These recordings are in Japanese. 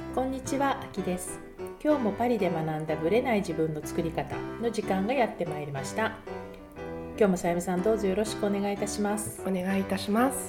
こんにちは、あきです。今日もパリで学んだブレない自分の作り方の時間がやってまいりました。今日もさゆみさん、どうぞよろしくお願いいたします。 お願いいたします。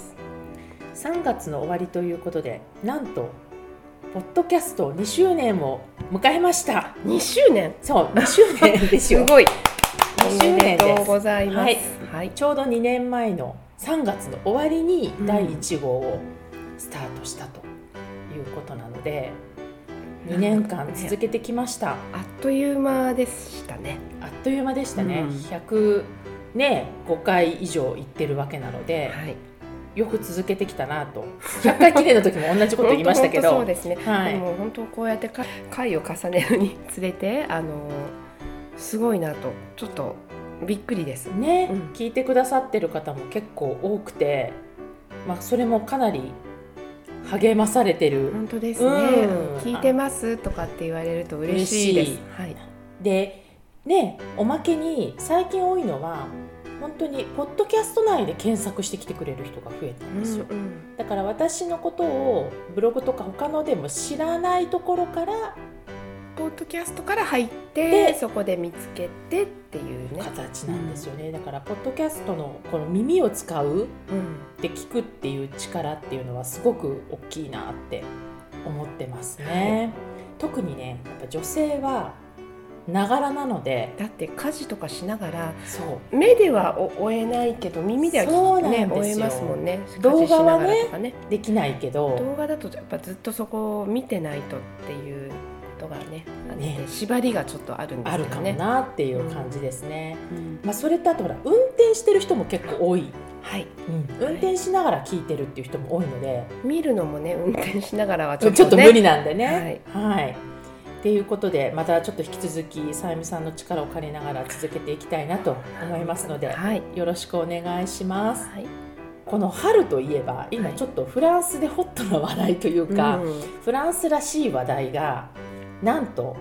3月の終わりということで、なんとポッドキャスト2周年を迎えました。 2周年？ そう、2周年ですよ。 すごい。 2周年です。 おめでとうございます。 はい、ちょうど2年前の3月の終わりに第1号をスタートしたということなので、2年間続けてきました。 あっという間でしたね。 あっという間でしたね。105回以上行ってるわけなので、はい、よく続けてきたなと。100回記念の時も同じこと言いましたけどそうですね、はい、でも本当こうやって回を重ねるにつれてすごいなとちょっとびっくりですね、聞いてくださってる方も結構多くて、それもかなり励まされてる。 本当ですね、聞いてますとかって言われると嬉しいです。はい、 でね、おまけに最近多いのは本当にポッドキャスト内で検索してきてくれる人が増えたんですよ、だから私のことをブログとか他のでも知らないところからポッドキャストから入ってそこで見つけてっていうね形なんですよね、だからポッドキャストのこの耳を使う、で聞くっていう力っていうのはすごく大きいなって思ってますね、特にね、やっぱ女性はながらなので、 だって家事とかしながら目では追えないけど耳では追えますもんね。 動画はねできないけど、 動画だとやっぱずっとそこを見てないとっていうことがね縛りがちょっとあるんですけどね、 あるかもなっていう感じですね、それとあとほら運転してる人も結構多い、運転しながら聞いてるっていう人も多いので、 見るのもね運転しながらはちょっと無理なんでね、っていうことで、またちょっと引き続きさゆみさんの力を借りながら続けていきたいなと思いますので、よろしくお願いします、この春といえば今ちょっとフランスでホットな話題というか、フランスらしい話題がなんと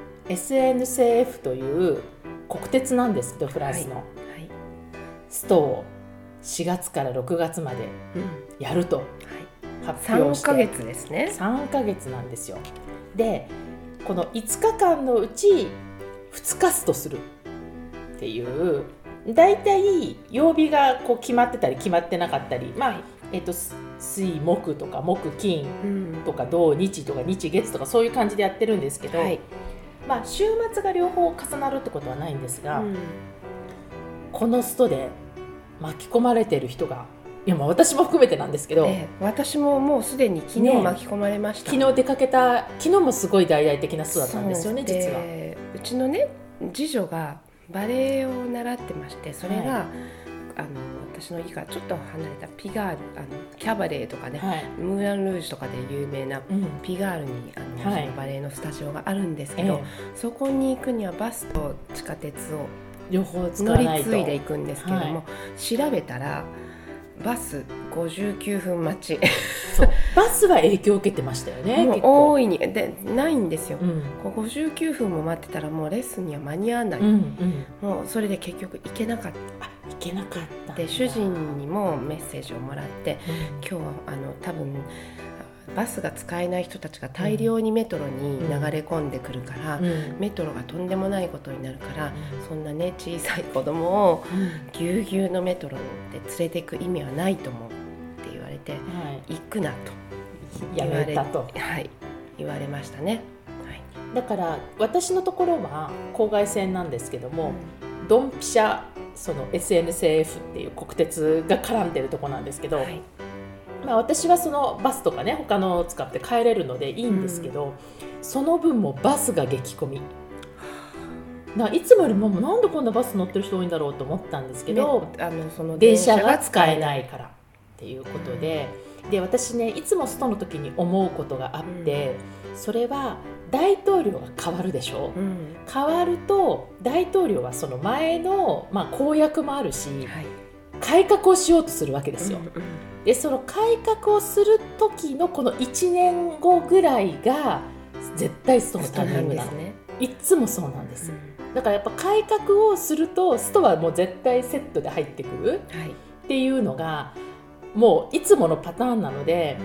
SNCF という国鉄なんですけど、フランスの、ストを4月から6月までやると発表して、 3ヶ月ですね。 3ヶ月なんですよ。でこの5日間のうち2日ストするっていう、だいたい曜日がこう決まってたり決まってなかったり、水木とか木金とか土日とか日月とかそういう感じでやってるんですけど、週末が両方重なるってことはないんですが、このストで巻き込まれてる人が、私も含めてなんですけど、 私ももうすでに昨日巻き込まれました、 昨日出かけた、昨日もすごい大々的なストだったんですよね。実はうちのね次女がバレエを習ってまして、それが、私の家からちょっと離れたピガール、キャバレーとかね、ムーランルージュとかで有名なピガールにそのバレエのスタジオがあるんですけど、そこに行くにはバスと地下鉄を両方使わないと乗り継いでいくんですけども、調べたらバス59分待ちそうバスは影響を受けてましたよね。 もう大いにでないんですよ、59分も待ってたらもうレッスンには間に合わない、もうそれで結局行けなかった。で主人にもメッセージをもらって、今日は多分バスが使えない人たちが大量にメトロに流れ込んでくるから、メトロがとんでもないことになるから、そんなね小さい子供をぎゅうぎゅうのメトロで連れていく意味はないと思うって言われて、行くなとやめたと、 言われましたね、 だから私のところは郊外線なんですけども、ドンピシャその SNCF っていう国鉄が絡んでるとこなんですけど、私はそのバスとかね他のを使って帰れるのでいいんですけど、その分もバスが激混み、いつもよりもなんでこんなバス乗ってる人多いんだろうと思ったんですけど、その電車が使えないからっていうことで、私ねいつもストの時に思うことがあって、それは大統領が変わるでしょ、変わると大統領はその前の、公約もあるし、改革をしようとするわけですよ、でその改革をする時のこの1年後ぐらいが絶対ストのタイミングなの、いつもそうなんです、だからやっぱ改革をするとストはもう絶対セットで入ってくるっていうのがもういつものパターンなので、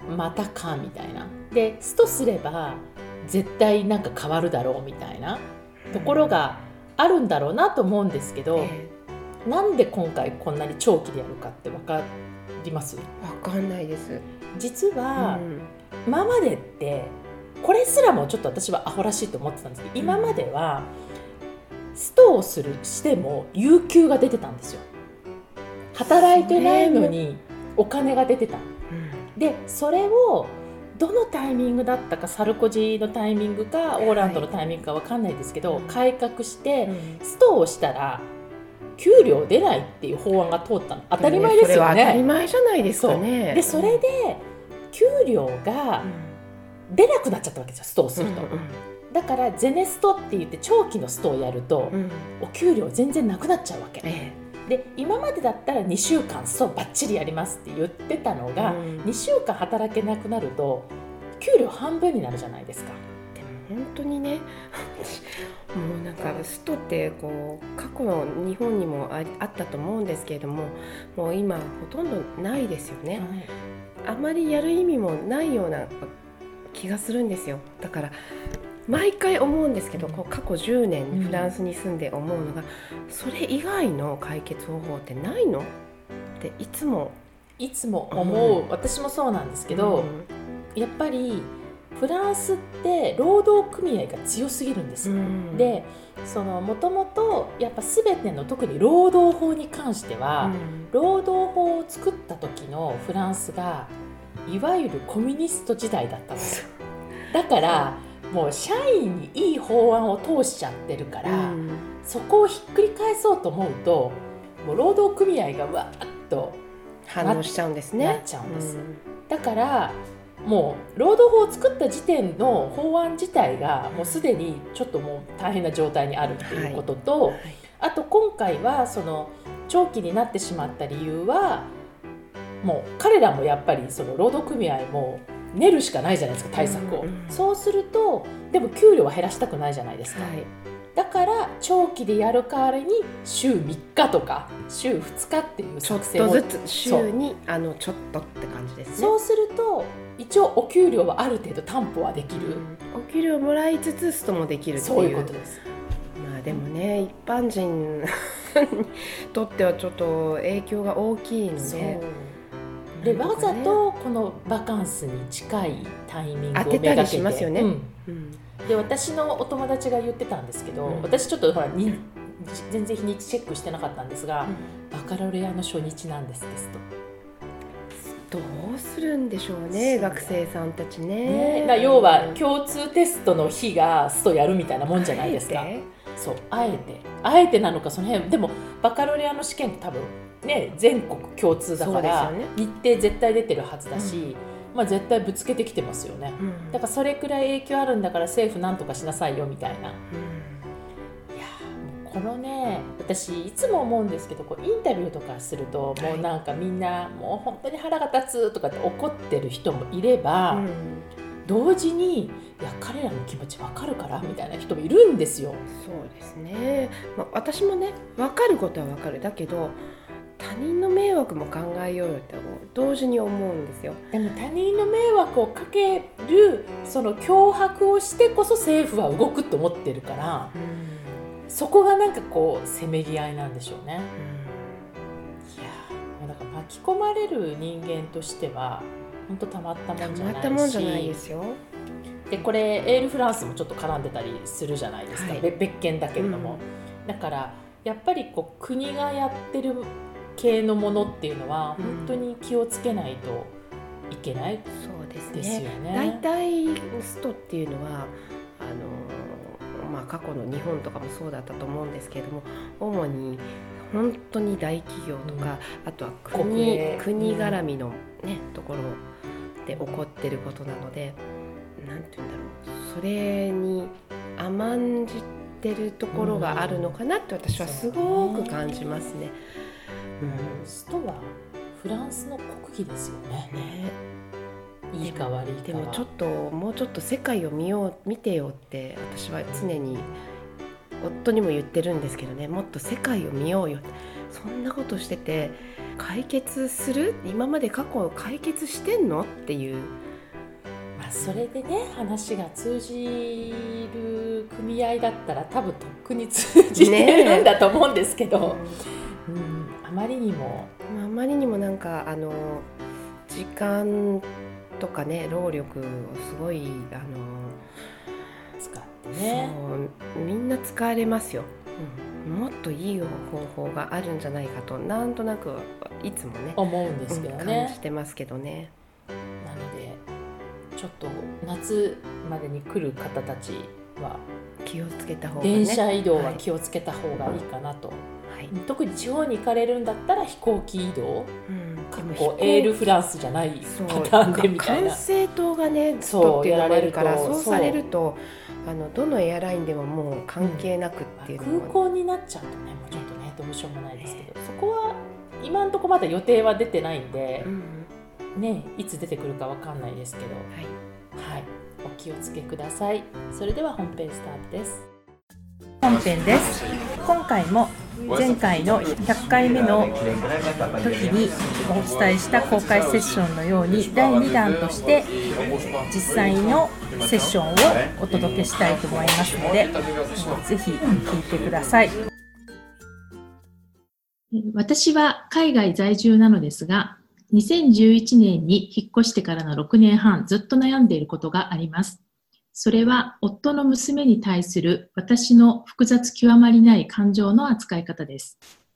またかみたいな。でストすれば絶対なんか変わるだろうみたいなところがあるんだろうなと思うんですけど、なんで今回こんなに長期でやるかって分かります？ 分かんないです。 実は、今までってこれすらもちょっと私はアホらしいと思ってたんですけど、今まではストをしても有給が出てたんですよ。働いてないのにお金が出てた。でそれをどのタイミングだったか、サルコジのタイミングかオーランドのタイミングか分かんないですけど、改革してストをしたら給料出ないっていう法案が通ったの。当たり前ですよね。 それは当たり前じゃないですかね。 でそれで給料が出なくなっちゃったわけですよ、ストをすると。だからゼネストって言って長期のストをやると、お給料全然なくなっちゃうわけ、で今までだったら2週間ストバッチリやりますって言ってたのが、2週間働けなくなると給料半分になるじゃないですか。 でも本当にねもうなんかストってこう過去の日本にもあったと思うんですけれども、もう今ほとんどないですよね、あまりやる意味もないような気がするんですよ。だから毎回思うんですけど、こう過去10年フランスに住んで思うのが、それ以外の解決方法ってないのっていつも思う、私もそうなんですけど、やっぱりフランスって労働組合が強すぎるんですよ、でもともとやっぱ全ての特に労働法に関しては、労働法を作った時のフランスがいわゆるコミュニスト時代だったんですよ。だからもう社員にいい法案を通しちゃってるから、そこをひっくり返そうと思うともう労働組合がわーっと反応しちゃうんですね。 なっちゃうんです、だからもう労働法を作った時点の法案自体がもうすでにちょっともう大変な状態にあるっていうことと、あと今回は長期になってしまった理由は、もう彼らもやっぱり労働組合も練るしかないじゃないですか、対策を、そうするとでも給料は減らしたくないじゃないですか、だから長期でやる代わりに週3日とか週2日っていう作戦をちょっとずつ週にちょっとって感じですね。 そうすると一応お給料はある程度担保はできる、 お給料もらいつつストもできるっていう、 そういうことです。 まあでもね、一般人にとってはちょっと影響が大きいので、 わざとこのバカンスに近いタイミングを当てたりしますよね、 で私のお友達が言ってたんですけど、私ちょっとほら全然日にちチェックしてなかったんですが、バカロレアの初日なんですテスト。 どうするんでしょうね、学生さんたちね。 要は共通テストの日がストやるみたいなもんじゃないですか。そう、あえてなのか、その辺でもバカロレアの試験って多分ね全国共通だから、日程絶対出てるはずだし、絶対ぶつけてきてますよね、だからそれくらい影響あるんだから政府なんとかしなさいよみたいな、いやこのね、私いつも思うんですけど、こうインタビューとかするともうなんかみんなもう本当に腹が立つとかって怒ってる人もいれば、同時にいや彼らの気持ち分かるからみたいな人もいるんですよ。 そうですね、私もね分かることは分かる、だけど他人の迷惑も考えようよって同時に思うんですよ。 でも他人の迷惑をかける脅迫をしてこそ政府は動くと思ってるから、そこがなんかこうせめぎ合いなんでしょうね、いやもうなんか巻き込まれる人間としては本当たまったもんじゃないし、 たまったもんじゃないですよ。 でこれエールフランスもちょっと絡んでたりするじゃないですか、別件だけれども、だからやっぱりこう国がやってる系のものっていうのは本当に気をつけないといけないですよね。 大体ストっていうのは過去の日本とかもそうだったと思うんですけれども、主に本当に大企業とか、あとは国絡みの、ところで起こってることなので、なんていうんだろう、それに甘んじてるところがあるのかなって私はすごく感じますね。 ストはフランスの国技ですよね。いいか悪いかは。 でももうちょっと世界を見てよって私は常に夫にも言ってるんですけどね、もっと世界を見ようよ、そんなことしてて解決する？今まで過去を解決してんのっていう、 それでね話が通じる組合だったら多分とっくに通じてるんだと思うんですけど、あまりにもなんか時間とかね労力をすごい使ってね、 そうみんな使われますよ、もっといい方法があるんじゃないかとなんとなくいつもね思うんですけどね、 感じてますけどね。 なのでちょっと夏までに来る方たちは気をつけた方がね、 電車移動は気をつけた方がいいかなと、特に地方に行かれるんだったら飛行機移動、エールフランスじゃないパターンでみたいな、 管制塔がねずっとっていうのがあるから、そうされるとどのエアラインでももう関係なくっていうのも、 空港になっちゃうとねもうちょっとねどうしようもないですけど、そこは今のところまだ予定は出てないんで、ね、いつ出てくるかわかんないですけど、はい、お気をつけください。それでは本編スタートです。本編です。今回も前回の100回目の時にお伝えした公開セッションのように第2弾として実際のセッションをお届けしたいと思いますので、ぜひ聞いてください。私は海外在住なのですが、2011年に引っ越してからの6年半ずっと悩んでいることがあります。それは夫の娘に対する私の複雑極まりない感情の扱い方です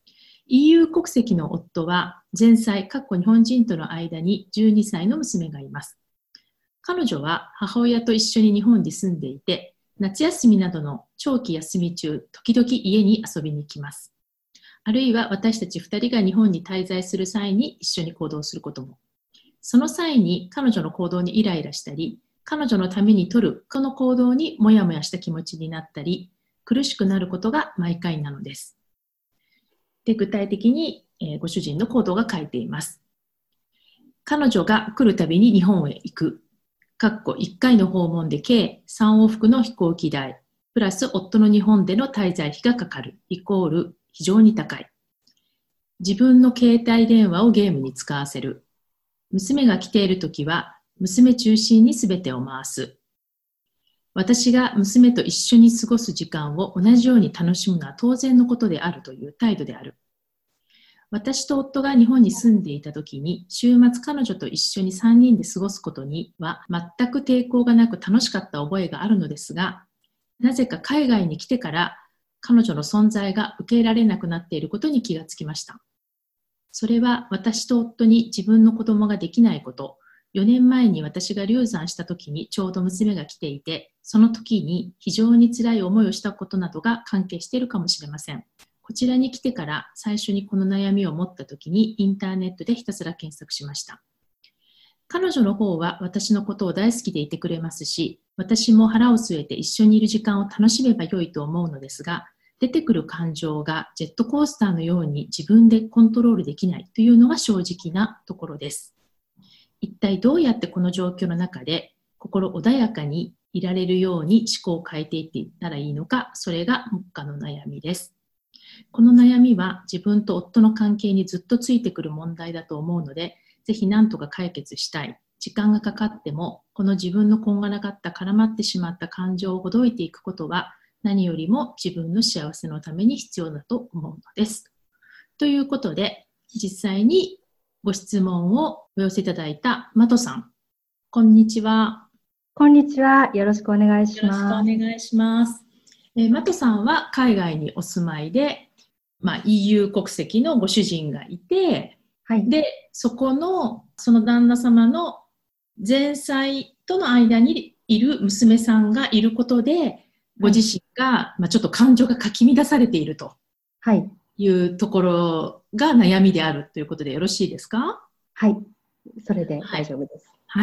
。EU 国籍の夫は前妻、日本人との間に12歳の娘がいます。彼女は母親と一緒に日本に住んでいて、夏休みなどの長期休み中、時々家に遊びに来ます。あるいは私たち2人が日本に滞在する際に一緒に行動することも。その際に彼女の行動にイライラしたり、彼女のために取るこの行動にモヤモヤした気持ちになったり、苦しくなることが毎回なのです。で、具体的に、ご主人の行動が書いています。彼女が来るたびに日本へ行く。1回の訪問で計3往復の飛行機代、プラス夫の日本での滞在費がかかる、イコール非常に高い。自分の携帯電話をゲームに使わせる。娘が来ているときは、娘中心にすべてを回す。私が娘と一緒に過ごす時間を同じように楽しむのは当然のことであるという態度である。私と夫が日本に住んでいたときに、週末彼女と一緒に3人で過ごすことには全く抵抗がなく楽しかった覚えがあるのですが、なぜか海外に来てから彼女の存在が受け入れられなくなっていることに気がつきました。それは私と夫に自分の子供ができないこと、4年前に私が流産した時にちょうど娘が来ていて、その時に非常に辛い思いをしたことなどが関係しているかもしれません。こちらに来てから最初にこの悩みを持った時にインターネットでひたすら検索しました。彼女の方は私のことを大好きでいてくれますし、私も腹を据えて一緒にいる時間を楽しめば良いと思うのですが、出てくる感情がジェットコースターのように自分でコントロールできないというのが正直なところです。一体どうやってこの状況の中で心穏やかにいられるように思考を変えていっていったらいいのか、それが目下の悩みです。この悩みは自分と夫の関係にずっとついてくる問題だと思うので、ぜひ何とか解決したい。時間がかかっても、この自分のこんがらがった絡まってしまった感情をほどいていくことは、何よりも自分の幸せのために必要だと思うのです。ということで、実際にご質問をお寄せいただいたマトさん、こんにちは。 こんにちは。よろしくお願いします。 よろしくお願いします。マトさんは海外にお住まいで、EU 国籍のご主人がいて、 はい、 で、その旦那様の前妻との間にいる娘さんがいることで、ご自身が、ちょっと感情がかき乱されているというところが悩みであるということでよろしいですか？ はい、それで大丈夫です。 はい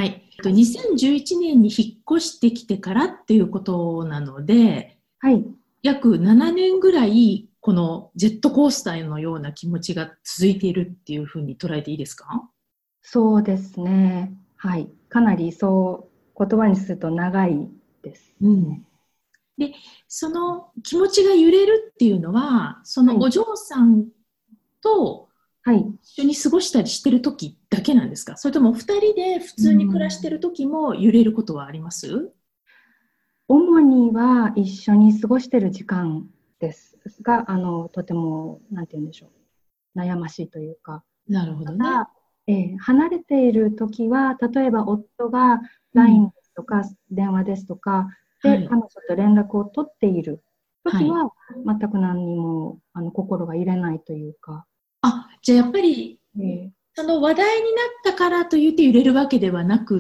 。2011年に引っ越してきてからっていうことなので、 はい、 約7年ぐらいこのジェットコースターのような気持ちが続いているっていうふうに捉えていいですか？ そうですね。はい。かなりそう言葉にすると長いですね。 で、その気持ちが揺れるっていうのは、そのお嬢さんとはい。 一緒に過ごしたりしてる時だけなんですか？それとも2人で普通に暮らしてる時も揺れることはあります？ 主には一緒に過ごしてる時間ですが、とても、なんて言うんでしょう。悩ましいというか。 なるほどね。 離れている時は、例えば夫が LINE ですとか、電話ですとか、で、彼女と連絡を取っている時は、全く何にも心が揺れないというか。 じゃあやっぱり、その話題になったからといって揺れるわけではなくって、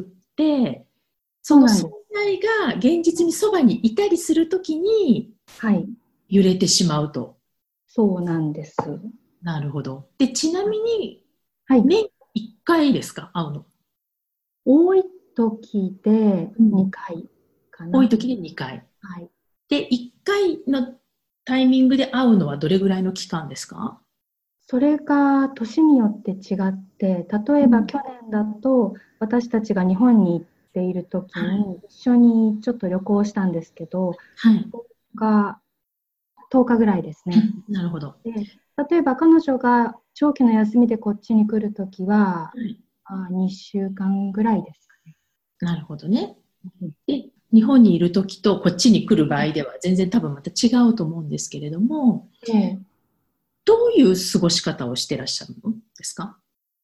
その存在が現実にそばにいたりするときに、揺れてしまうと。 そうなんです。 なるほど。で、ちなみに、年1回ですか、会うの？ 多い時で2回かな。 多い時で2回。 はい。 で、1回のタイミングで会うのはどれぐらいの期間ですか？ それが年によって違って、例えば去年だと私たちが日本に行っている時に一緒にちょっと旅行したんですけど、が10日ぐらいですね。 なるほど。 で、例えば彼女が長期の休みでこっちに来るときは、2週間ぐらいですかね。 なるほどね。で、日本にいるときとこっちに来る場合では全然多分また違うと思うんですけれども、どういう過ごし方をしてらっしゃるのですか？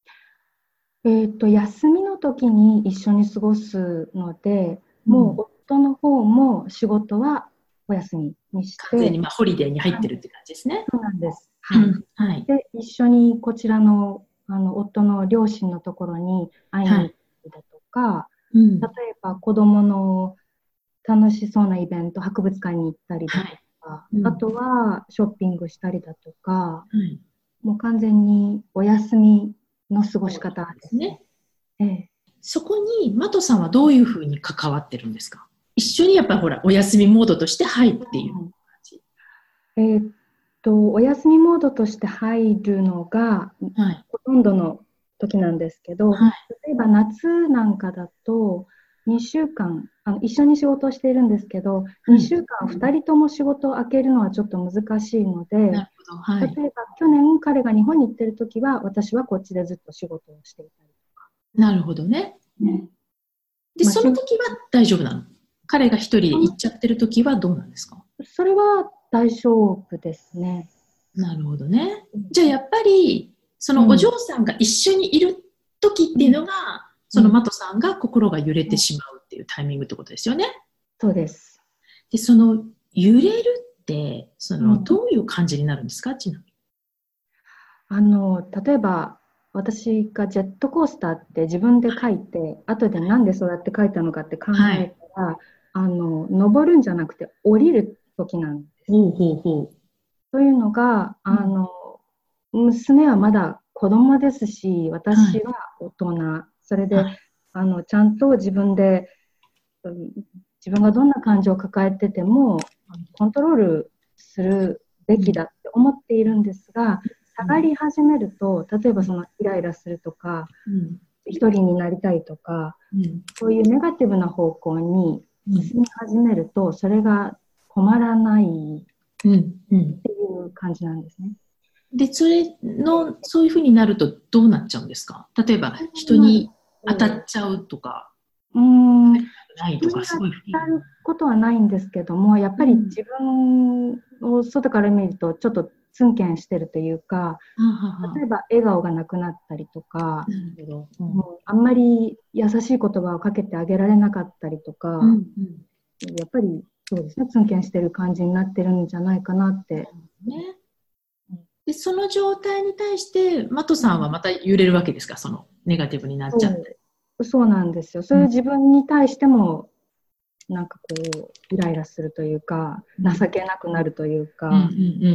休みの時に一緒に過ごすので、もう夫の方も仕事はお休みにして。 完全にホリデーに入ってるって感じですね。 そうなんです。はい。で、一緒にこちらの、夫の両親のところに会いに行ったりだとか、例えば子供の楽しそうなイベント、博物館に行ったりだとか、あとはショッピングしたりだとか、もう完全にお休みの過ごし方ですね。 そこにマトさんはどういうふうに関わってるんですか？一緒にやっぱりほらお休みモードとして入っている感じ。 お休みモードとして入るのが、ほとんどの時なんですけど、例えば夏なんかだと2週間一緒に仕事をしているんですけど、2週間2人とも仕事を空けるのはちょっと難しいので、例えば去年彼が日本に行ってる時は私はこっちでずっと仕事をしていたりとか。 なるほどね。で、その時は大丈夫なの？彼が一人で行っちゃってる時はどうなんですか？ それは大丈夫ですね。 なるほどね。じゃあやっぱりそのお嬢さんが一緒にいる時っていうのが、そのマトさんが心が揺れてしまうっていうタイミングってことですよね。 そうです。 で、その揺れるってどういう感じになるんですか？ちなみに。例えば私がジェットコースターって自分で書いて、後でなんでそうやって書いたのかって考えたら、登るんじゃなくて降りる時なんです。というのが、娘はまだ子供ですし、私は大人。それで、ちゃんと自分で、自分がどんな感情を抱えてても、コントロールするべきだって思っているんですが、下がり始めると、例えばそのイライラするとか、一人になりたいとか、そういうネガティブな方向に進み始めると、それが止まらないっていう感じなんですね。 で、そういうふうになるとどうなっちゃうんですか？例えば人に当たっちゃうとか、ないとか、そういうふうに。 当たることはないんですけども、やっぱり自分を外から見るとちょっとツンケンしてるというか、例えば笑顔がなくなったりとか、あんまり優しい言葉をかけてあげられなかったりとか、やっぱりそうですね、ツンケンしてる感じになってるんじゃないかなって。 で、その状態に対してマトさんはまた揺れるわけですか？そのネガティブになっちゃって。 そうなんですよ。そういう自分に対してもなんかこうイライラするというか、情けなくなるというか、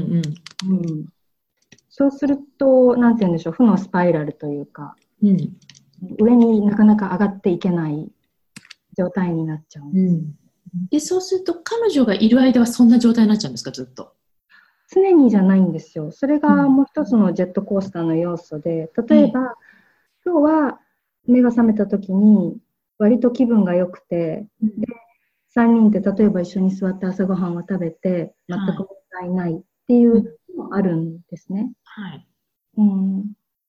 そうするとなんて言うんでしょう、負のスパイラルというか、上になかなか上がっていけない状態になっちゃうんです。 で、そうすると彼女がいる間はそんな状態になっちゃうんですか？ずっと。 常にじゃないんですよ。それがもう一つのジェットコースターの要素で、例えば、今日は目が覚めた時に割と気分が良くて、で3人で例えば一緒に座って朝ごはんを食べて全く問題ないっていうのもあるんですね。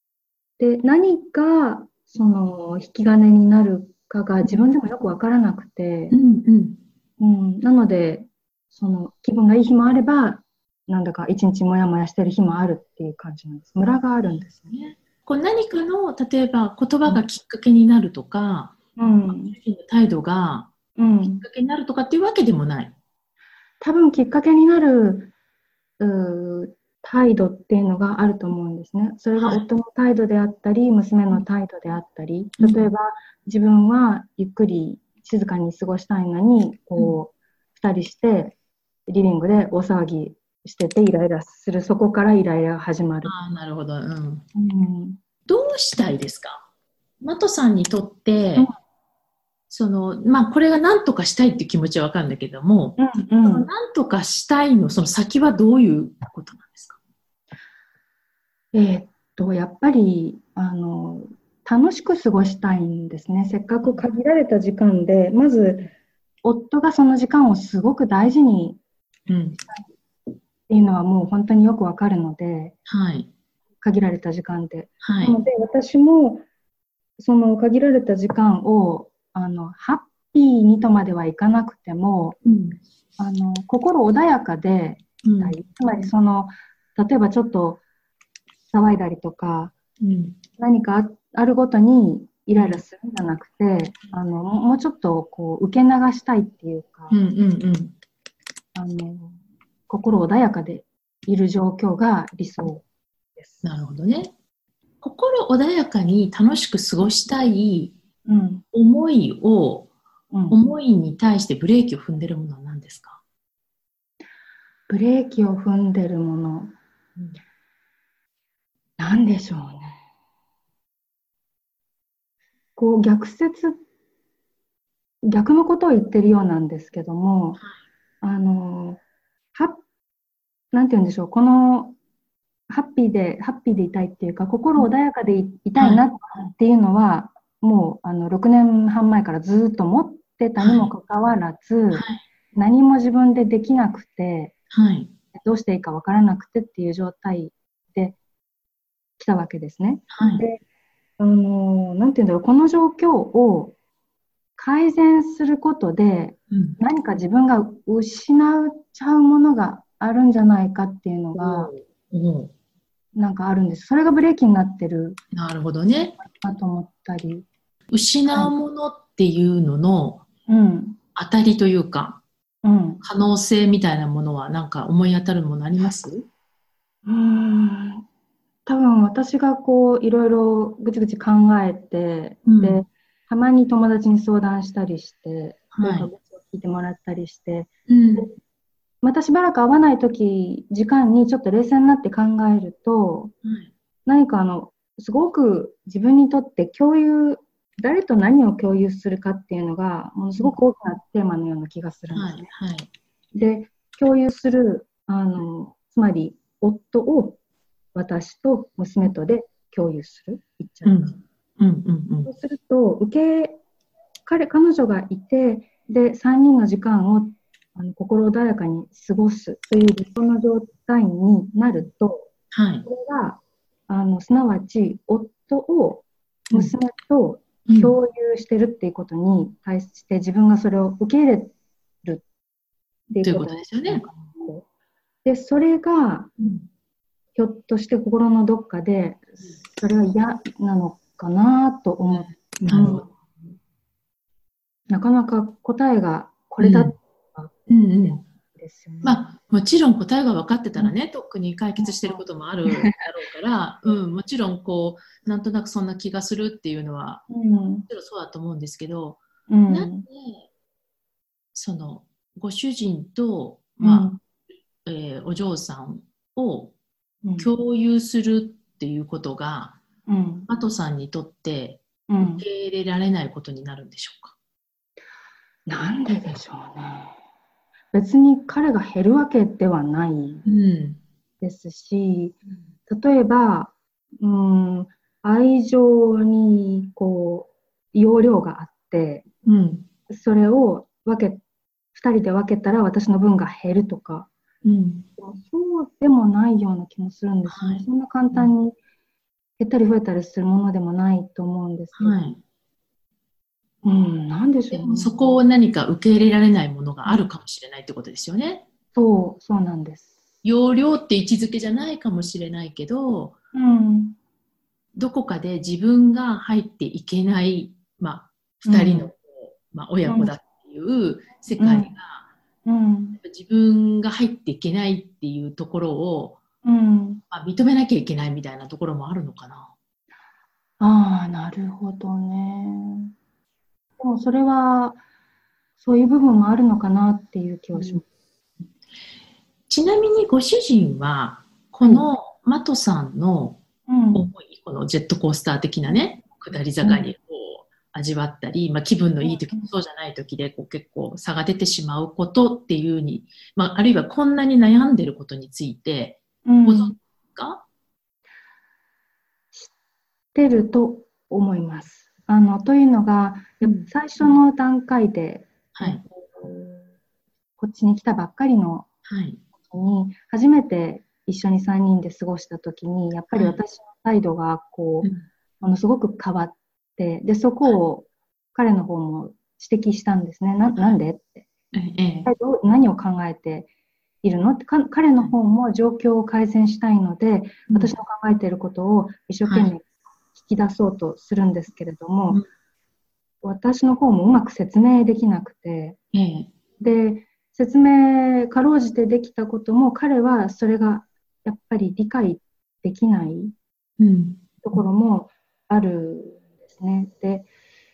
で、何がその引き金になるかが自分でもよくわからなくて、なので、その気分がいい日もあれば、なんだか一日もやもやしてる日もあるっていう感じなんです。ムラがあるんですね。 こう何かの、例えば言葉がきっかけになるとか、態度がきっかけになるとかっていうわけでもない。 多分きっかけになる態度っていうのがあると思うんですね。それが夫の態度であったり、娘の態度であったり、例えば自分はゆっくり静かに過ごしたいのに、こう、2人してリビングで大騒ぎしててイライラする、そこからイライラが始まる。 なるほど。どうしたいですか？マトさんにとって、これが何とかしたいっていう気持ちはわかるんだけども、何とかしたいの、その先はどういうことなんですか？ やっぱり、楽しく過ごしたいんですね。せっかく限られた時間で、まず、夫がその時間をすごく大事にしたいっていうのはもう本当によくわかるので、限られた時間で。なので、私も、その限られた時間を、ハッピーにとまではいかなくても、心穏やかで、つまり例えばちょっと騒いだりとか、何かあるごとにイライラするんじゃなくて、もうちょっとこう受け流したいっていうか、心穏やかでいる状況が理想です。 なるほどね。心穏やかに楽しく過ごしたい思いに対してブレーキを踏んでるものは何ですか？ ブレーキを踏んでるもの、何でしょうね。こう逆のことを言ってるようなんですけども、なんて言うんでしょう、このハッピーでいたいっていうか、心穏やかでいたいなっていうのは、もう6年半前からずっと持ってたにもかかわらず、何も自分でできなくて、どうしていいかわからなくてっていう状態で来たわけですね。で、なんていうんだろう、この状況を改善することで、何か自分が失っちゃうものがあるんじゃないかっていうのが、なんかあるんです。それがブレーキになってる。 なるほどね。 なと思ったり。 失うものっていうのの当たりというか、可能性みたいなものはなんか思い当たるものあります？ 多分私がこういろいろぐちぐち考えて、でたまに友達に相談したりして、愚痴を聞いてもらったりして、またしばらく会わない時間にちょっと冷静になって考えると、何かすごく自分にとって誰と何を共有するかっていうのがものすごく大きなテーマのような気がするんですね。で、共有するつまり夫を私と娘とで共有する、言っちゃう。そうすると彼女がいて、で3人の時間を心穏やかに過ごすという理想の状態になると、これがすなわち夫を娘と共有してるっていうことに対して自分がそれを受け入れるっていうことですよね。で、それが、ひょっとして心のどっかでそれは嫌なのかなと思って、なかなか答えがこれだったですよね。 もちろん答えが分かってたらね、特に解決してることもあるだろうから、もちろんこうなんとなくそんな気がするっていうのは、もちろんそうだと思うんですけど、なんでそのご主人と、お嬢さんを共有するっていうことが、マトさんにとって受け入れられないことになるんでしょうか？ なんででしょうね。別に彼が減るわけではないですし、例えば、愛情にこう容量があって、それを2人で分けたら私の分が減るとか、そうでもないような気もするんですね。そんな簡単に減ったり増えたりするものでもないと思うんですけど、はい、なんでしょうね。 でもそこを何か受け入れられないものがあるかもしれないってことですよね。 そうなんです。 容量って位置づけじゃないかもしれないけど、どこかで自分が入っていけない、2人の、親子だっていう世界が、自分が入っていけないっていうところを、認めなきゃいけないみたいなところもあるのかな。 ああ、なるほどね。でもそれはそういう部分もあるのかなっていう気はします。 ちなみにご主人はこのマトさんの思い、このジェットコースター的なね、下り坂にこう味わったり、気分のいい時もそうじゃない時でこう結構差が出てしまうことっていうに、あるいはこんなに悩んでることについてご存知ですか？ 知ってると思います。というのが、最初の段階で、こっちに来たばっかりのに、初めて一緒に3人で過ごした時に、やっぱり私の態度がものすごく変わって、で、そこを彼の方も指摘したんですね。なんでって。何を考えているのって、彼の方も状況を改善したいので、私の考えていることを一生懸命引き出そうとするんですけれども、私の方もうまく説明できなくて、で、説明かろうじてできたことも彼はそれがやっぱり理解できないところもあるんですね。で、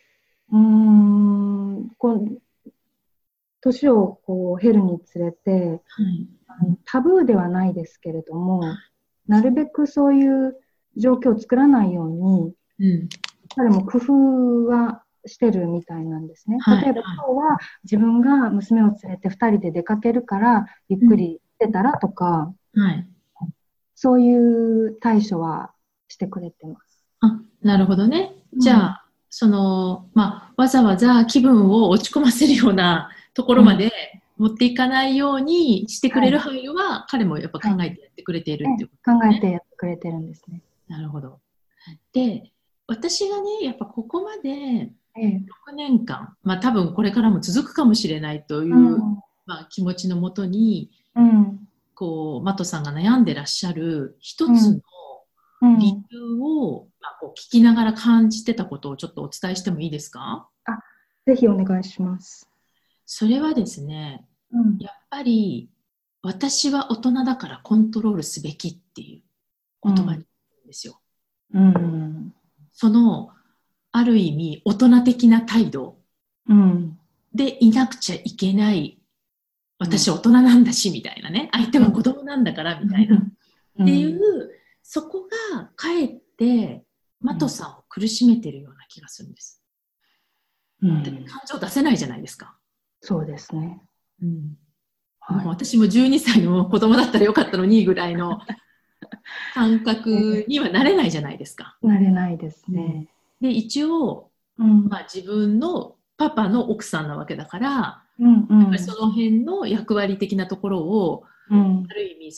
年を経るにつれて、タブーではないですけれども、なるべくそういう状況を作らないように、彼も工夫はしてるみたいなんですね。例えば今日は自分が娘を連れて2人で出かけるからゆっくりしてたらとか、そういう対処はしてくれてます。 なるほどね。じゃあ、わざわざ気分を落ち込ませるようなところまで持っていかないようにしてくれる範囲は、彼もやっぱ考えてやってくれているっていうことですね。考えてやってくれてるんですね。 なるほど。で、私がね、やっぱここまで6年間、多分これからも続くかもしれないという、気持ちのもとに、マトさんが悩んでらっしゃる一つの理由を、聞きながら感じてたことをちょっとお伝えしてもいいですか？ ぜひお願いします。 それはですね、やっぱり私は大人だからコントロールすべきっていう言葉になるんですよ。そのある意味大人的な態度でいなくちゃいけない、私大人なんだしみたいなね、相手は子供なんだからみたいな、っていうそこがかえってマトさんを苦しめてるような気がするんです。感情出せないじゃないですか。 そうですね。 もう私も12歳の子供だったらよかったのにぐらいの感覚にはなれないじゃないですか。 なれないですね。 で、一応、自分のパパの奥さんなわけだから、やっぱりその辺の役割的なところを、ある意味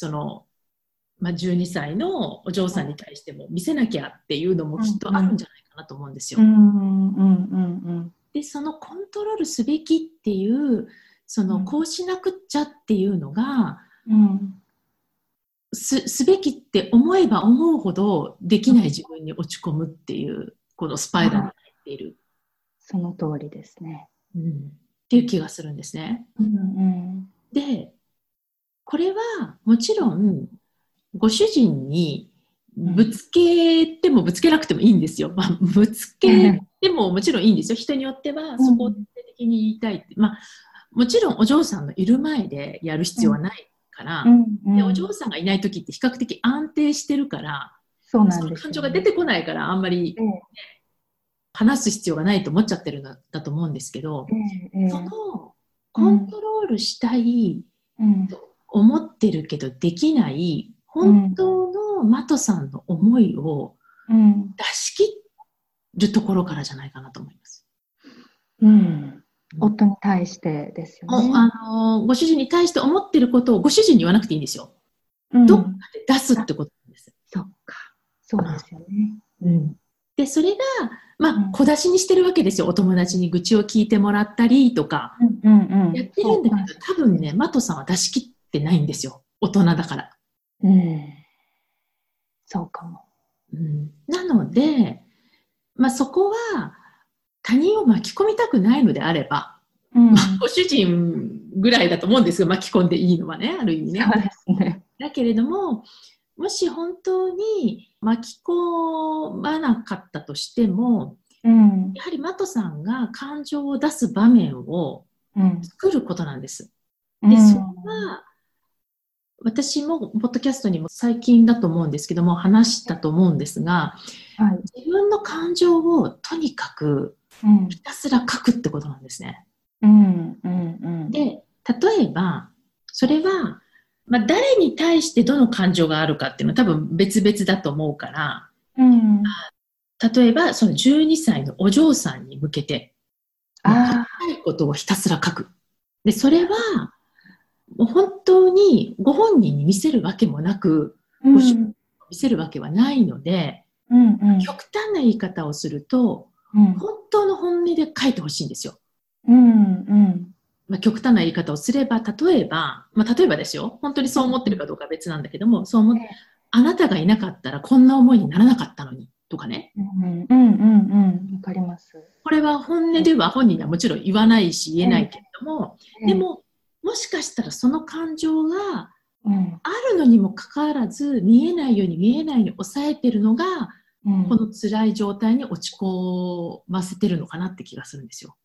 12歳のお嬢さんに対しても見せなきゃっていうのもきっとあるんじゃないかなと思うんですよ。で、そのコントロールすべきっていう、こうしなくっちゃっていうのが、すべきって思えば思うほどできない自分に落ち込むっていう、このスパイラルに入っている。 その通りですね。 っていう気がするんですね。で、これはもちろん、ご主人にぶつけてもぶつけなくてもいいんですよ。ぶつけてももちろんいいんですよ。人によってはそこを徹底的に言いたいって。もちろんお嬢さんのいる前でやる必要はないから、でお嬢さんがいない時って比較的安定してるから、その感情が出てこないからあんまり、話す必要がないと思っちゃってるんだと思うんですけど、そのコントロールしたいと思ってるけどできない本当のマトさんの思いを出し切るところからじゃないかなと思います。 夫に対してですよね。 ご主人に対して思ってることをご主人に言わなくていいんですよ。どっかで出すってことなんです。 そっか。 そうですよね。 うん。で、それが、小出しにしてるわけですよ。お友達に愚痴を聞いてもらったりとか、やってるんだけど、多分ね、マトさんは出し切ってないんですよ。大人だから。 そうかも。 なので、そこは他人を巻き込みたくないのであれば、ご主人ぐらいだと思うんですよ。巻き込んでいいのはね、ある意味ね。 そうですね。 だけれども、もし本当に巻き込まなかったとしても、やはりマトさんが感情を出す場面を作ることなんです。で、それは、私もポッドキャストにも最近だと思うんですけども、話したと思うんですが、自分の感情をとにかくひたすら書くってことなんですね。で、例えば、それは、誰に対してどの感情があるかっていうのは多分別々だと思うから、例えばその12歳のお嬢さんに向けて、細かいことをひたすら書く。で、それは、もう本当にご本人に見せるわけもなく、ご主人に見せるわけはないので、極端な言い方をすると、本当の本音で書いてほしいんですよ。極端な言い方をすれば、例えばですよ、本当にそう思ってるかどうかは別なんだけども、そう思って、あなたがいなかったらこんな思いにならなかったのに、とかね。 わかります。 これは本音では本人にはもちろん言わないし言えないけれども、でも、もしかしたらその感情があるのにもかかわらず、見えないように抑えてるのが、この辛い状態に落ち込ませてるのかなって気がするんですよ。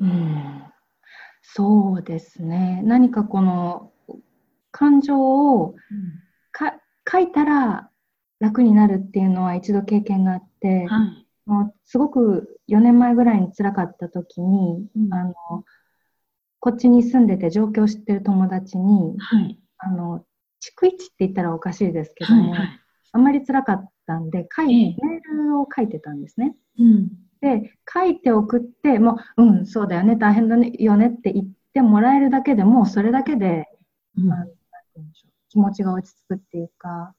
そうですね。何かこの感情を書いたら楽になるっていうのは一度経験があって、もうすごく4年前ぐらいに辛かった時に、こっちに住んでて上京してる友達に、逐一って言ったらおかしいですけども、あんまり辛かったんで、メールを書いてたんですね。で、書いて送って、もう、そうだよね、大変だよねって言ってもらえるだけでも、それだけで、気持ちが落ち着くっていうか、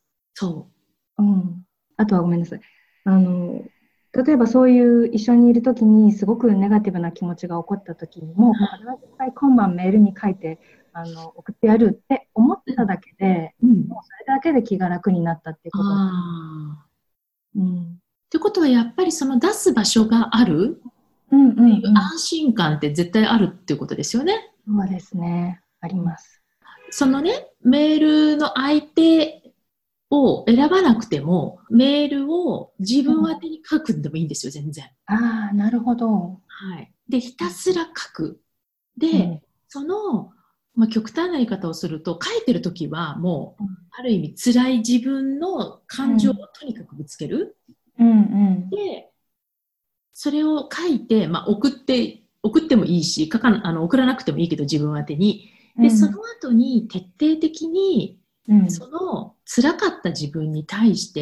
あとはごめんなさい。例えばそういう一緒にいるときにすごくネガティブな気持ちが起こったときにもうこれは絶対今晩メールに書いて送ってやるって思っただけで、もうそれだけで気が楽になったっていうことです。 ってことはやっぱりその出す場所があるっていう安心感って絶対あるっていうことですよね。 そうですね。あります。 そのね、メールの相手を選ばなくても、メールを自分宛てに書くんでもいいんですよ、全然。 なるほど。 で、ひたすら書く。で、その、極端な言い方をすると、書いてるときはもう、ある意味辛い自分の感情をとにかくぶつける。で、それを書いて、送ってもいいし、送らなくてもいいけど、自分宛てに。で、その後に徹底的に、その辛かった自分に対して、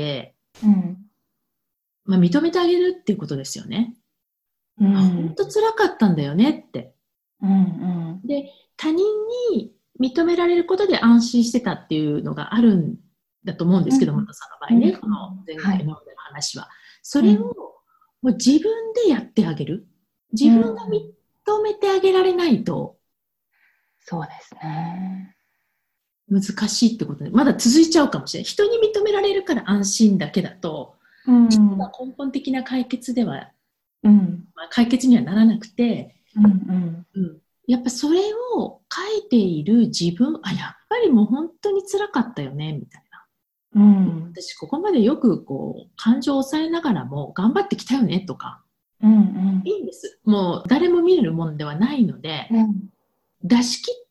認めてあげるっていうことですよね。本当辛かったんだよねって。で、他人に認められることで安心してたっていうのがあるんだと思うんですけど、マトさんの場合ね、この前回の話は。それをもう自分でやってあげる。自分が認めてあげられないと。 そうですね。 難しいってことで、まだ続いちゃうかもしれない。人に認められるから安心だけだと、実は根本的な解決では、解決にはならなくて、やっぱそれを書いている自分、やっぱりもう本当に辛かったよね、みたいな。私、ここまでよく感情を抑えながらも頑張ってきたよね、とか。いいんです。もう誰も見れるものではないので、出し切って、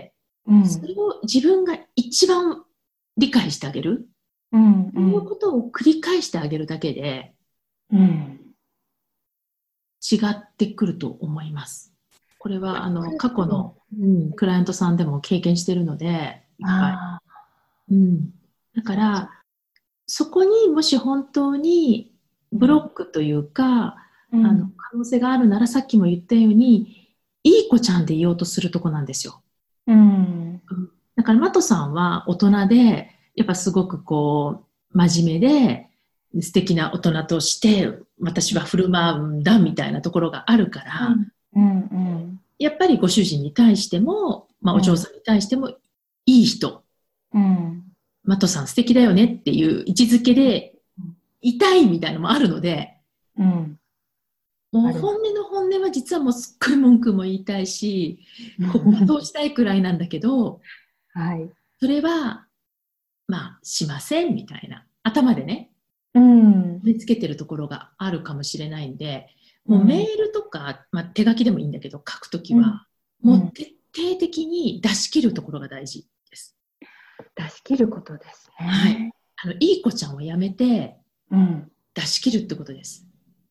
それを自分が一番理解してあげる。そういうことを繰り返してあげるだけで、違ってくると思います。これは過去の、クライアントさんでも経験してるので、いっぱい。だから、そこにもし本当にブロックというか、可能性があるなら、さっきも言ったように、いい子ちゃんでいようとするとこなんですよ。だからマトさんは大人で、やっぱすごく真面目で、 素敵な大人として私は振る舞うんだみたいなところがあるから、やっぱりご主人に対しても、お嬢さんに対してもいい人、マトさん素敵だよねっていう位置づけでいたいみたいなのもあるので、もう本音の本音は実はもうすっごい文句も言いたいし、ここはどうしたいくらいなんだけど、それはしませんみたいな頭でね、見つけてるところがあるかもしれないんで、もうメールとか、手書きでもいいんだけど書くときは、もう徹底的に出し切るところが大事です。 出し切ることですね。 いい子ちゃんをやめて、出し切るってことです。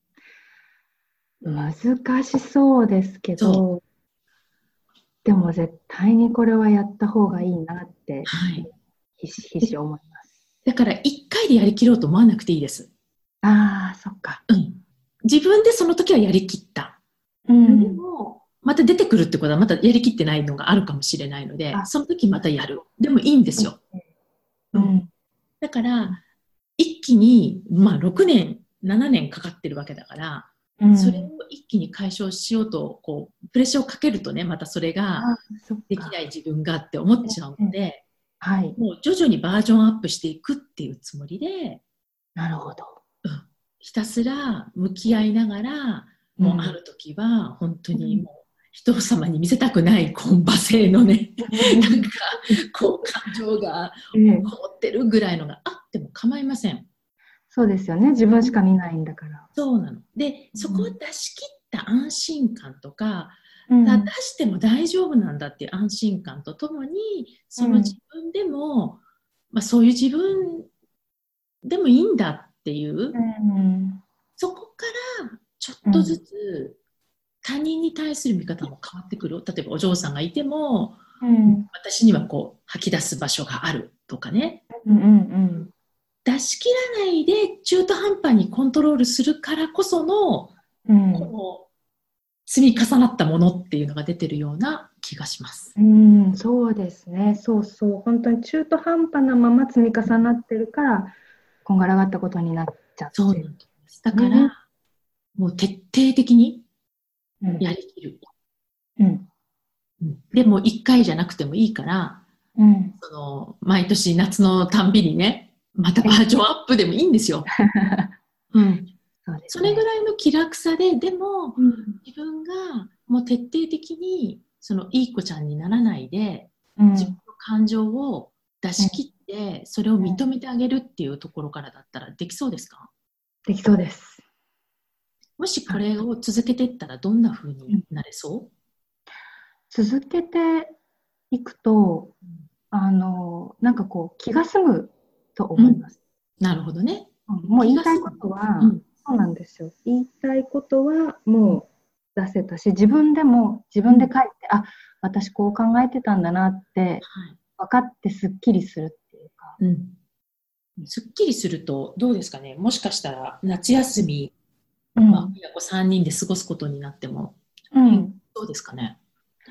難しそうですけど、でも絶対にこれはやった方がいいなって、ひしひし思います。 だから一回でやりきろうと思わなくていいです。 そっか。 自分でその時はやりきった。でも、また出てくるってことはまたやりきってないのがあるかもしれないので、その時またやる。でもいいんですよ。だから、一気に、6年、7年かかってるわけだから、それを一気に解消しようと、プレッシャーをかけるとね、またそれができない自分がって思っちゃうので、もう徐々にバージョンアップしていくっていうつもりで、 なるほど。 ひたすら向き合いながら、もうある時は本当にもう人様に見せたくないコンパ性のね、なんか感情がこもってるぐらいのがあっても構いません。 そうですよね。自分しか見ないんだから。 そうなの。で、そこを出し切った安心感とか、出しても大丈夫なんだっていう安心感とともに、その自分でも、そういう自分でもいいんだっていう、そこからちょっとずつ他人に対する見方も変わってくる。例えばお嬢さんがいても、私には吐き出す場所があるとかね。出し切らないで中途半端にコントロールするからこその、この積み重なったものっていうのが出てるような気がします。 そうですね。そうそう。本当に中途半端なまま積み重なってるから、こんがらがったことになっちゃってる。 そうなんです。だから、もう徹底的にやりきる。でも1回じゃなくてもいいから、毎年夏のたんびにね、またバージョンアップでもいいんですよ。それぐらいの気楽さで、でも、自分がもう徹底的にいい子ちゃんにならないで、自分の感情を出し切って、それを認めてあげるっていうところからだったらできそうですか？ できそうです。 もしこれを続けていったらどんな風になれそう？ 続けていくと、なんか気が済むと思います。 なるほどね。 もう言いたいことは、そうなんですよ。言いたいことはもう出せたし、自分で書いて、私こう考えてたんだなって分かってすっきりするっていうか。 すっきりするとどうですかね。もしかしたら夏休み、親子3人で過ごすことになっても、どうですかね。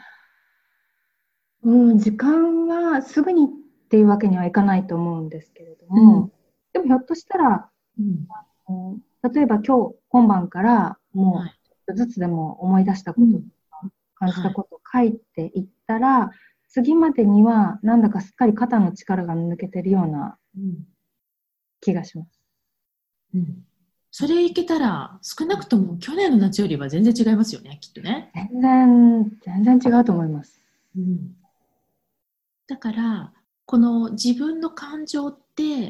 時間はすぐにっていうわけにはいかないと思うんですけれども、でもひょっとしたら、例えば今晩からもうちょっとずつでも思い出したこととか、感じたことを書いていったら、次までにはなんだかすっかり肩の力が抜けてるような気がします。 それいけたら少なくとも去年の夏よりは全然違いますよね、きっとね。 全然違うと思います。 だからこの自分の感情って、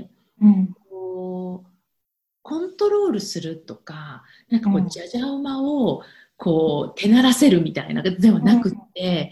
コントロールするとか、なんかじゃじゃ馬を手ならせるみたいなではなくって、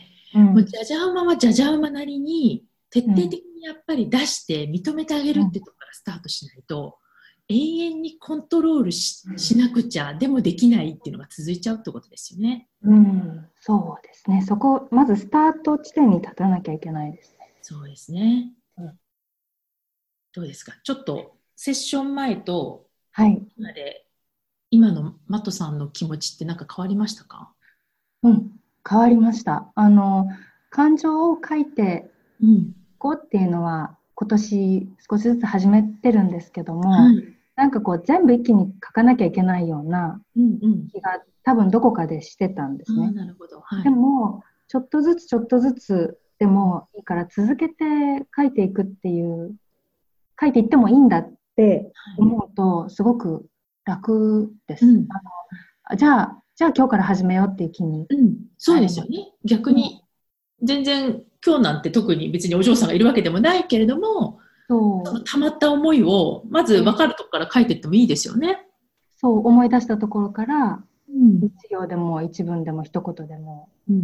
もうじゃじゃ馬はじゃじゃ馬なりに徹底的にやっぱり出して認めてあげるってところからスタートしないと、永遠にコントロール しなくちゃでもできないっていうのが続いちゃうってことですよね。 そうですね。そこまずスタート地点に立たなきゃいけないですね。 そうですね。どうですか。ちょっとセッション前と今で、今のマトさんの気持ちって何か変わりましたか？ 変わりました。感情を書いていこうっていうのは今年少しずつ始めてるんですけども、 なんかこう全部一気に書かなきゃいけないような気が多分どこかでしてたんですね。 なるほど。はい、 でもちょっとずつでもいいから続けて書いていくっていう、書いていってもいいんだって思うとすごく楽です。じゃあ今日から始めようっていう気に、 そうですよね。逆に全然今日なんて特に別にお嬢さんがいるわけでもないけれども、たまった思いをまず分かるところから書いていってもいいですよね。 そう思い出したところから、一行でも一文でも一言でも、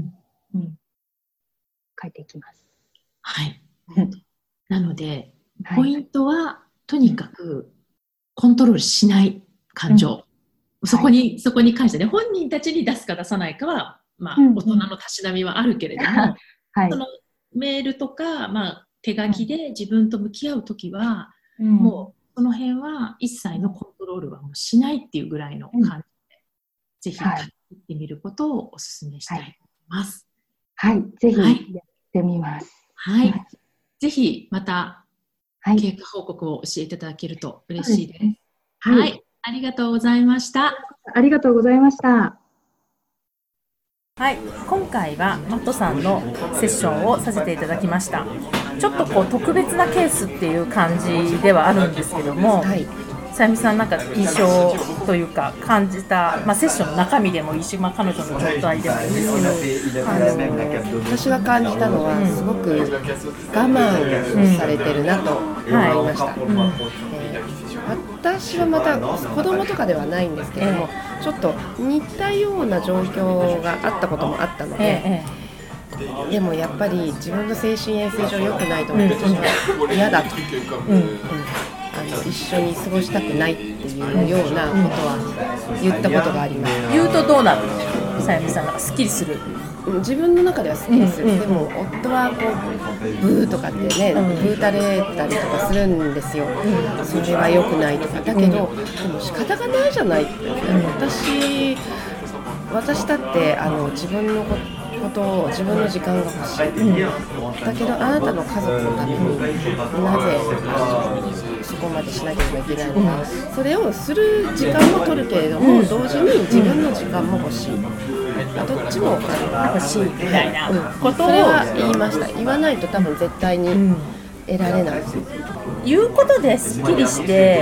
書いていきます。 はい。なので、ポイントはとにかくコントロールしない感情。そこに関してね、本人たちに出すか出さないかは、まあ、大人のたしなみはあるけれども、そのメールとか、まあ、手書きで自分と向き合うときは、もうその辺は一切のコントロールはもうしないっていうぐらいの感じで、ぜひ書いてみることをお勧めしたいと思います。 はい、ぜひやってみます。 はい、ぜひまた経過報告を教えていただけると嬉しいです。はい、ありがとうございました。 ありがとうございました。 はい、今回はマットさんのセッションをさせていただきました。ちょっとこう特別なケースっていう感じではあるんですけども、さゆみさんなんか印象というか感じた、まあ、セッションの中身でもいいし、まあ、彼女の状態でもいいですけど、 私が感じたのはすごく我慢されてるなと思いました。私はまた子供とかではないんですけども、ちょっと似たような状況があったこともあったので、でもやっぱり自分の精神衛生上良くないと思って私は嫌だと、一緒に過ごしたくないっていうようなことは言ったことがあります。 言うとどうなるの？さゆみさんがすっきりする？ 自分の中ではすっきりする。でも夫はこうブーとかってね、ブーたれたりとかするんですよ。それは良くないとか。だけど、でも仕方がないじゃないって。私だって自分のことを自分の時間が欲しい。だけどあなたの家族のためになぜそこまでしなければいけないのか。それをする時間も取るけれども、同時に自分の時間も欲しい。どっちも欲しいみたいなことを言いました。言わないと多分絶対に得られない。 言うことですっきりして、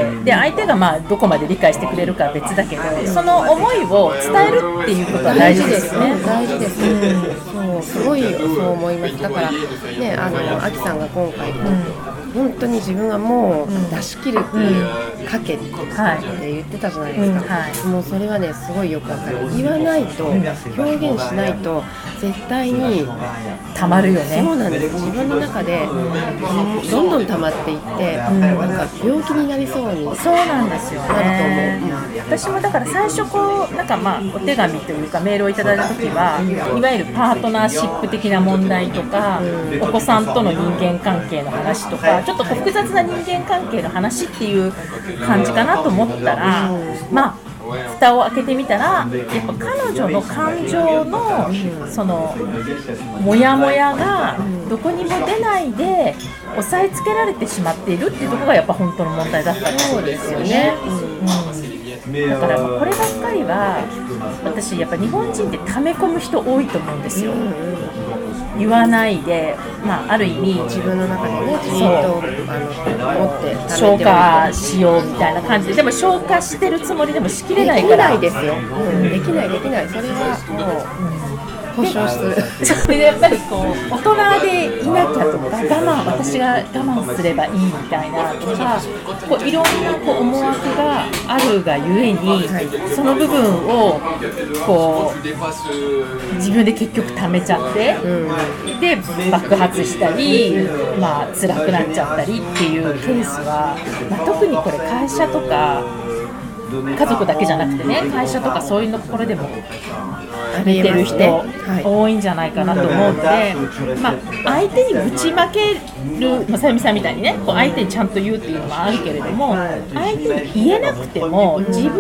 で相手がまあどこまで理解してくれるかは別だけど、その思いを伝えるっていうことは大事ですね。 大事です。そうすごいそう思います。だからね、あきさんが今回本当に自分はもう出し切るっていうかけって言ってたじゃないですか。もうそれはねすごいよくわかる。言わないと表現しないと絶対に溜まるよね。 そうなんです。自分の中でどんどん溜まっていって、なんか病気になりそうに。 そうなんですよね。私もだから最初こうなんかまあお手紙というかメールをいただいた時はいわゆるパートナーシップ的な問題とか、お子さんとの人間関係の話とか、ちょっと複雑な人間関係の話っていう感じかなと思ったら、まあ蓋を開けてみたら、やっぱ彼女の感情のそのモヤモヤがどこにも出ないで押さえつけられてしまっているっていうところがやっぱ本当の問題だったりするんですよね。だからこればっかりは私やっぱ日本人って溜め込む人多いと思うんですよ。言わないで、まあ、ある意味自分の中でねじっと持って消化しようみたいな感じで、でも消化してるつもりでもしきれないからできないですよ、できないそれはもう保証する。 それでやっぱりこう大人でいなきゃとか私が我慢すればいいみたいなとか、こういろんなこう思惑があるがゆえに、その部分をこう自分で結局溜めちゃって、で爆発したり、まあ辛くなっちゃったりっていうケースは、まあ、特にこれ会社とか家族だけじゃなくてね、会社とかそういうところでも見てる人多いんじゃないかなと思うので、まあ、相手にぶちまける、さゆみさんみたいにねこう相手にちゃんと言うっていうのもあるけれども、相手に言えなくても自分の中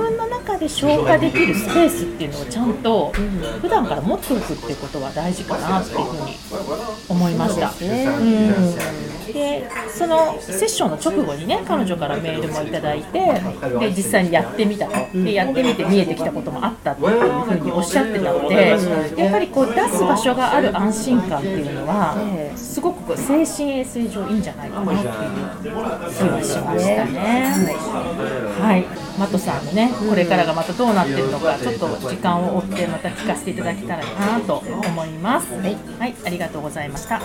中で消化できるスペースっていうのをちゃんと普段から持っておくっていうことは大事かなっていうふうに思いました。でそのセッションの直後にね、彼女からメールもいただいて、で実際にやってみたと、でやってみて見えてきたこともあったっていうふうにおっしゃってたので、やっぱりこう出す場所がある安心感っていうのはすごく精神衛生上いいんじゃないかなっていう気がしましたね。はい、マトさんのね、これからがまたどうなってるのか、ちょっと時間を追ってまた聞かせていただけたらなと思います。はい、ありがとうございました。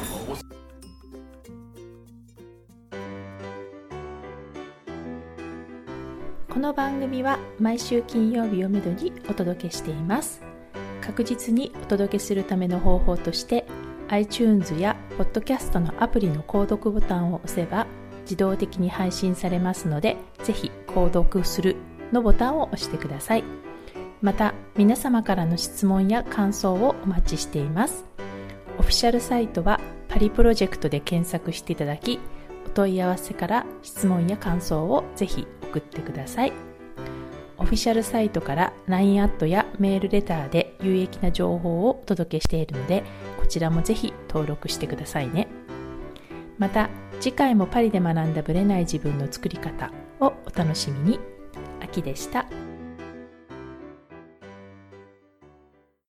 この番組は毎週金曜日をめどにお届けしています。確実にお届けするための方法として iTunes や Podcast のアプリの購読ボタンを押せば自動的に配信されますので、ぜひ購読するのボタンを押してください。また皆様からの質問や感想をお待ちしています。オフィシャルサイトはパリプロジェクトで検索していただき、お問い合わせから質問や感想をぜひ送ってください。オフィシャルサイトから LINE アットやメールレターで有益な情報をお届けしているので、こちらもぜひ登録してくださいね。また次回もパリで学んだブレない自分の作り方をお楽しみに。秋でした。